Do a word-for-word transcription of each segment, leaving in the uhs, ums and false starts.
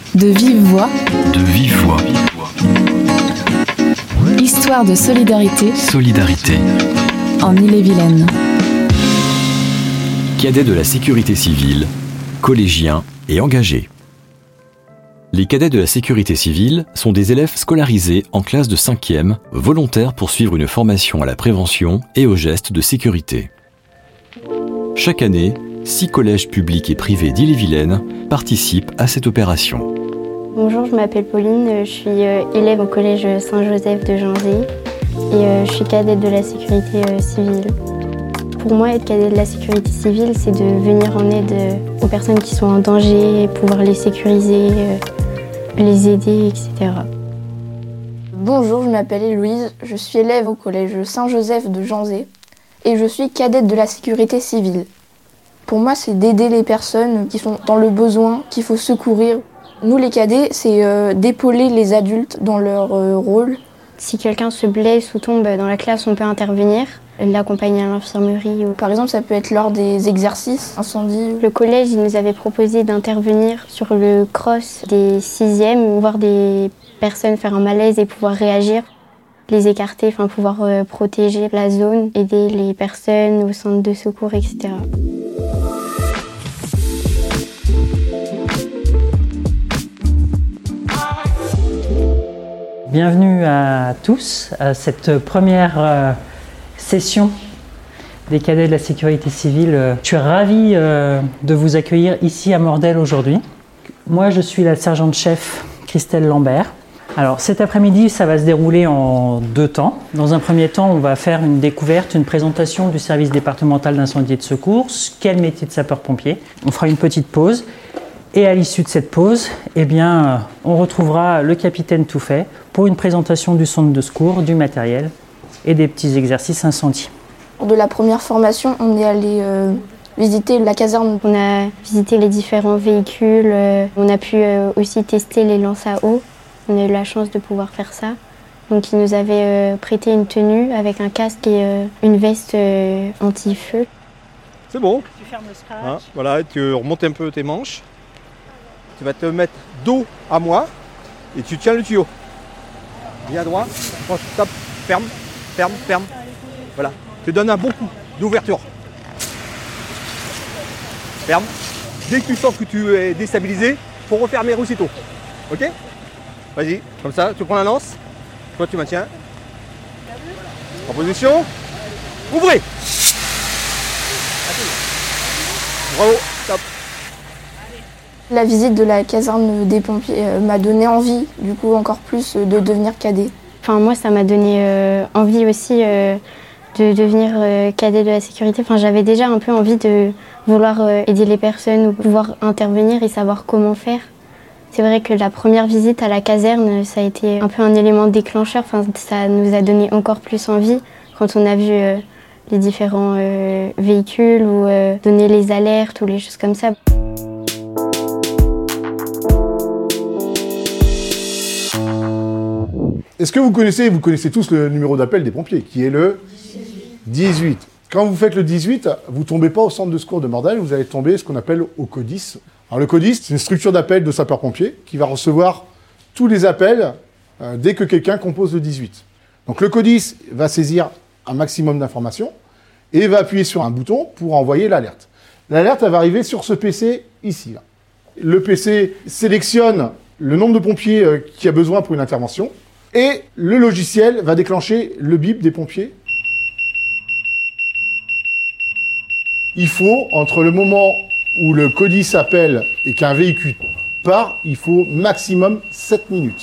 De vive voix. De vive voix. Histoire de solidarité. Solidarité. En Ille-et-Vilaine. Cadets de la sécurité civile, collégiens et engagés. Les cadets de la sécurité civile sont des élèves scolarisés en classe de cinquième, volontaires pour suivre une formation à la prévention et aux gestes de sécurité. Chaque année, six collèges publics et privés d'Ille-et-Vilaine participent à cette opération. Bonjour, je m'appelle Pauline, je suis élève au collège Saint-Joseph de Janzé et je suis cadette de la sécurité civile. Pour moi, être cadet de la sécurité civile, c'est de venir en aide aux personnes qui sont en danger, pouvoir les sécuriser, les aider, et cetera. Bonjour, je m'appelle Héloïse, je suis élève au collège Saint-Joseph de Janzé et je suis cadette de la sécurité civile. Pour moi, c'est d'aider les personnes qui sont dans le besoin, qu'il faut secourir. Nous, les cadets, c'est euh, d'épauler les adultes dans leur euh, rôle. Si quelqu'un se blesse ou tombe dans la classe, on peut intervenir, l'accompagner à l'infirmerie. Ou... Par exemple, ça peut être lors des exercices, incendies. Le collège, il nous avait proposé d'intervenir sur le cross des sixièmes, voir des personnes faire un malaise et pouvoir réagir, les écarter, enfin pouvoir euh, protéger la zone, aider les personnes au centre de secours, et cetera. Bienvenue à tous à cette première euh, session des cadets de la sécurité civile. Je suis ravi euh, de vous accueillir ici à Mordel aujourd'hui. Moi, je suis la sergente-chef Christelle Lambert. Alors cet après-midi, ça va se dérouler en deux temps. Dans un premier temps, on va faire une découverte, une présentation du service départemental d'incendie et de secours, qu'est le métier de sapeur-pompier. On fera une petite pause. Et à l'issue de cette pause, eh bien, on retrouvera le capitaine Touffet pour une présentation du centre de secours, du matériel et des petits exercices incendie. Lors de la première formation, on est allé euh, visiter la caserne. On a visité les différents véhicules, euh, on a pu euh, aussi tester les lances à eau. On a eu la chance de pouvoir faire ça. Donc ils nous avaient euh, prêté une tenue avec un casque et euh, une veste euh, anti-feu. C'est bon. Tu fermes le scratch. Hein, voilà, tu remontes un peu tes manches. Tu vas te mettre dos à moi et tu tiens le tuyau. Bien droit, stop, ferme, ferme, ferme. Voilà, tu donnes un bon coup d'ouverture. Ferme. Dès que tu sens que tu es déstabilisé, il faut refermer aussitôt. Ok ? Vas-y, comme ça, tu prends la lance. Toi, tu maintiens. En position. Ouvrez. Bravo, stop. La visite de la caserne des pompiers euh, m'a donné envie, du coup, encore plus euh, de devenir cadet. Enfin, moi, ça m'a donné euh, envie aussi euh, de devenir euh, cadet de la sécurité. Enfin, j'avais déjà un peu envie de vouloir euh, aider les personnes ou pouvoir intervenir et savoir comment faire. C'est vrai que la première visite à la caserne, ça a été un peu un élément déclencheur. Enfin, ça nous a donné encore plus envie quand on a vu euh, les différents euh, véhicules ou euh, donner les alertes ou les choses comme ça. Est-ce que vous connaissez, vous connaissez tous le numéro d'appel des pompiers, qui est le dix-huit. Quand vous faites le dix-huit, vous ne tombez pas au centre de secours de Mordel, vous allez tomber ce qu'on appelle au CODIS. Alors le CODIS, c'est une structure d'appel de sapeurs-pompiers qui va recevoir tous les appels euh, dès que quelqu'un compose le dix-huit. Donc le CODIS va saisir un maximum d'informations et va appuyer sur un bouton pour envoyer l'alerte. L'alerte, elle va arriver sur ce P C ici. Là. Le P C sélectionne le nombre de pompiers euh, qui a besoin pour une intervention. Et le logiciel va déclencher le bip des pompiers. Il faut, entre le moment où le CODIS appelle et qu'un véhicule part, il faut maximum sept minutes.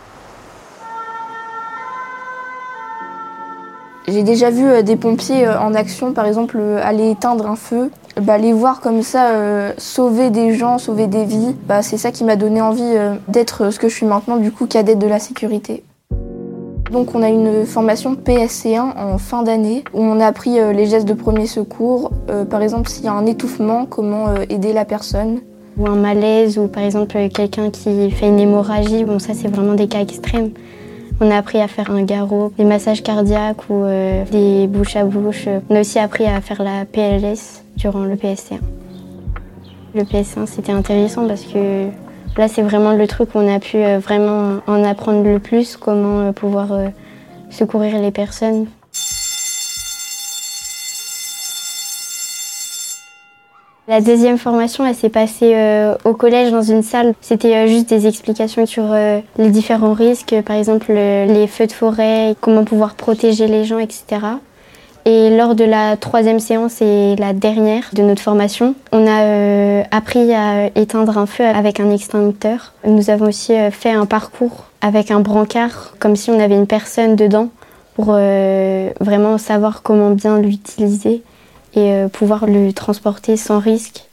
J'ai déjà vu des pompiers en action, par exemple aller éteindre un feu. Bah, les voir comme ça, euh, sauver des gens, sauver des vies, bah, c'est ça qui m'a donné envie euh, d'être ce que je suis maintenant, du coup cadette de la sécurité. Donc on a une formation P S C un en fin d'année où on a appris euh, les gestes de premier secours. Euh, par exemple, s'il y a un étouffement, comment euh, aider la personne. Ou un malaise, ou par exemple quelqu'un qui fait une hémorragie. Bon, ça c'est vraiment des cas extrêmes. On a appris à faire un garrot, des massages cardiaques ou euh, des bouche à bouche. On a aussi appris à faire la P L S durant le P S C un. Le P S un, c'était intéressant parce que Là, c'est vraiment le truc où on a pu euh, vraiment en apprendre le plus, comment euh, pouvoir euh, secourir les personnes. La deuxième formation, elle s'est passée euh, au collège dans une salle. C'était euh, juste des explications sur euh, les différents risques, par exemple euh, les feux de forêt, comment pouvoir protéger les gens, et cetera. Et lors de la troisième séance et la dernière de notre formation, on a euh, appris à éteindre un feu avec un extincteur. Nous avons aussi euh, fait un parcours avec un brancard, comme si on avait une personne dedans, pour euh, vraiment savoir comment bien l'utiliser et euh, pouvoir le transporter sans risque.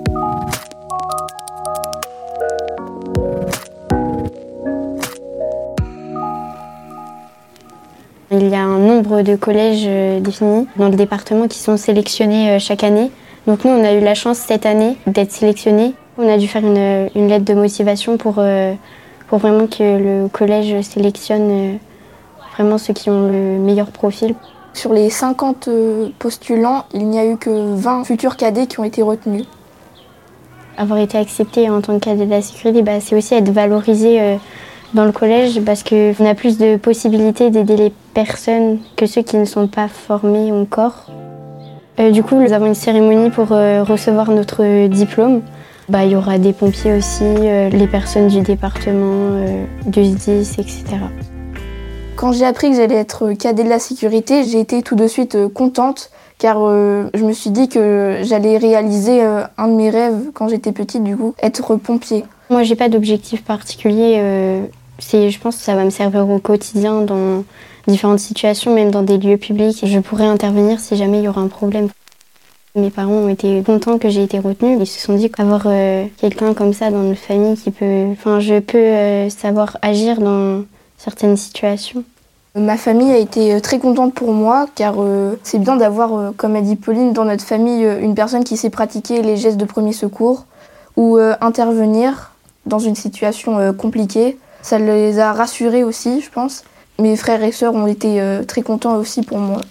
Il y a un nombre de collèges euh, définis dans le département qui sont sélectionnés euh, chaque année. Donc nous, on a eu la chance cette année d'être sélectionnés. On a dû faire une, une lettre de motivation pour, euh, pour vraiment que le collège sélectionne euh, vraiment ceux qui ont le meilleur profil. Sur les cinquante postulants, il n'y a eu que vingt futurs cadets qui ont été retenus. Avoir été accepté en tant que cadet de la sécurité, bah, c'est aussi être valorisé euh, dans le collège parce qu'on a plus de possibilités d'aider les personnes que ceux qui ne sont pas formés encore. Euh, du coup, nous avons une cérémonie pour euh, recevoir notre diplôme. Bah, il y aura des pompiers aussi, euh, les personnes du département, euh, du S D I S, et cetera. Quand j'ai appris que j'allais être cadet de la sécurité, j'ai été tout de suite contente car euh, je me suis dit que j'allais réaliser euh, un de mes rêves quand j'étais petite, du coup, être pompier. Moi, j'ai pas d'objectif particulier. Euh, c'est, je pense que ça va me servir au quotidien dans différentes situations, même dans des lieux publics. Je pourrais intervenir si jamais il y aura un problème. Mes parents ont été contents que j'ai été retenue. Ils se sont dit qu'avoir euh, quelqu'un comme ça dans notre famille qui peut... Enfin, je peux euh, savoir agir dans certaines situations. Ma famille a été très contente pour moi car euh, c'est bien d'avoir, euh, comme a dit Pauline, dans notre famille une personne qui sait pratiquer les gestes de premier secours ou euh, intervenir dans une situation euh, compliquée. Ça les a rassurés aussi, je pense. Mes frères et sœurs ont été euh, très contents aussi pour moi.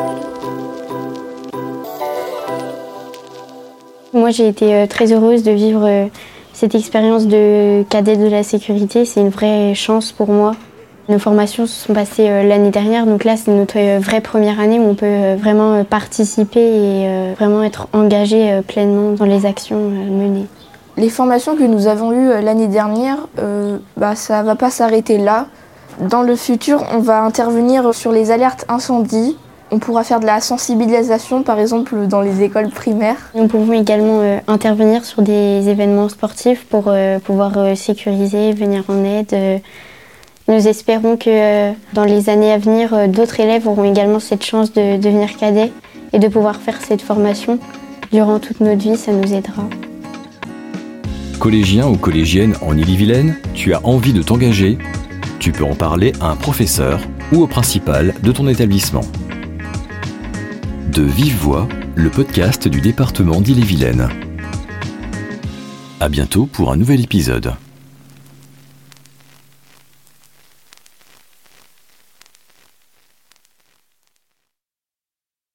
Moi, j'ai été euh, très heureuse de vivre euh, cette expérience de cadet de la sécurité. C'est une vraie chance pour moi. Nos formations se sont passées euh, l'année dernière, donc là c'est notre euh, vraie première année où on peut euh, vraiment euh, participer et euh, vraiment être engagé euh, pleinement dans les actions euh, menées. Les formations que nous avons eues euh, l'année dernière, euh, bah, ça ne va pas s'arrêter là. Dans le futur, on va intervenir sur les alertes incendies. On pourra faire de la sensibilisation, par exemple dans les écoles primaires. Nous pouvons également euh, intervenir sur des événements sportifs pour euh, pouvoir euh, sécuriser, venir en aide. Euh, Nous espérons que euh, dans les années à venir, euh, d'autres élèves auront également cette chance de devenir cadets et de pouvoir faire cette formation. Durant toute notre vie, ça nous aidera. Collégien ou collégienne en Ille-et-Vilaine, tu as envie de t'engager? Tu peux en parler à un professeur ou au principal de ton établissement. De Vive Voix, le podcast du département d'Ille-et-Vilaine. À bientôt pour un nouvel épisode.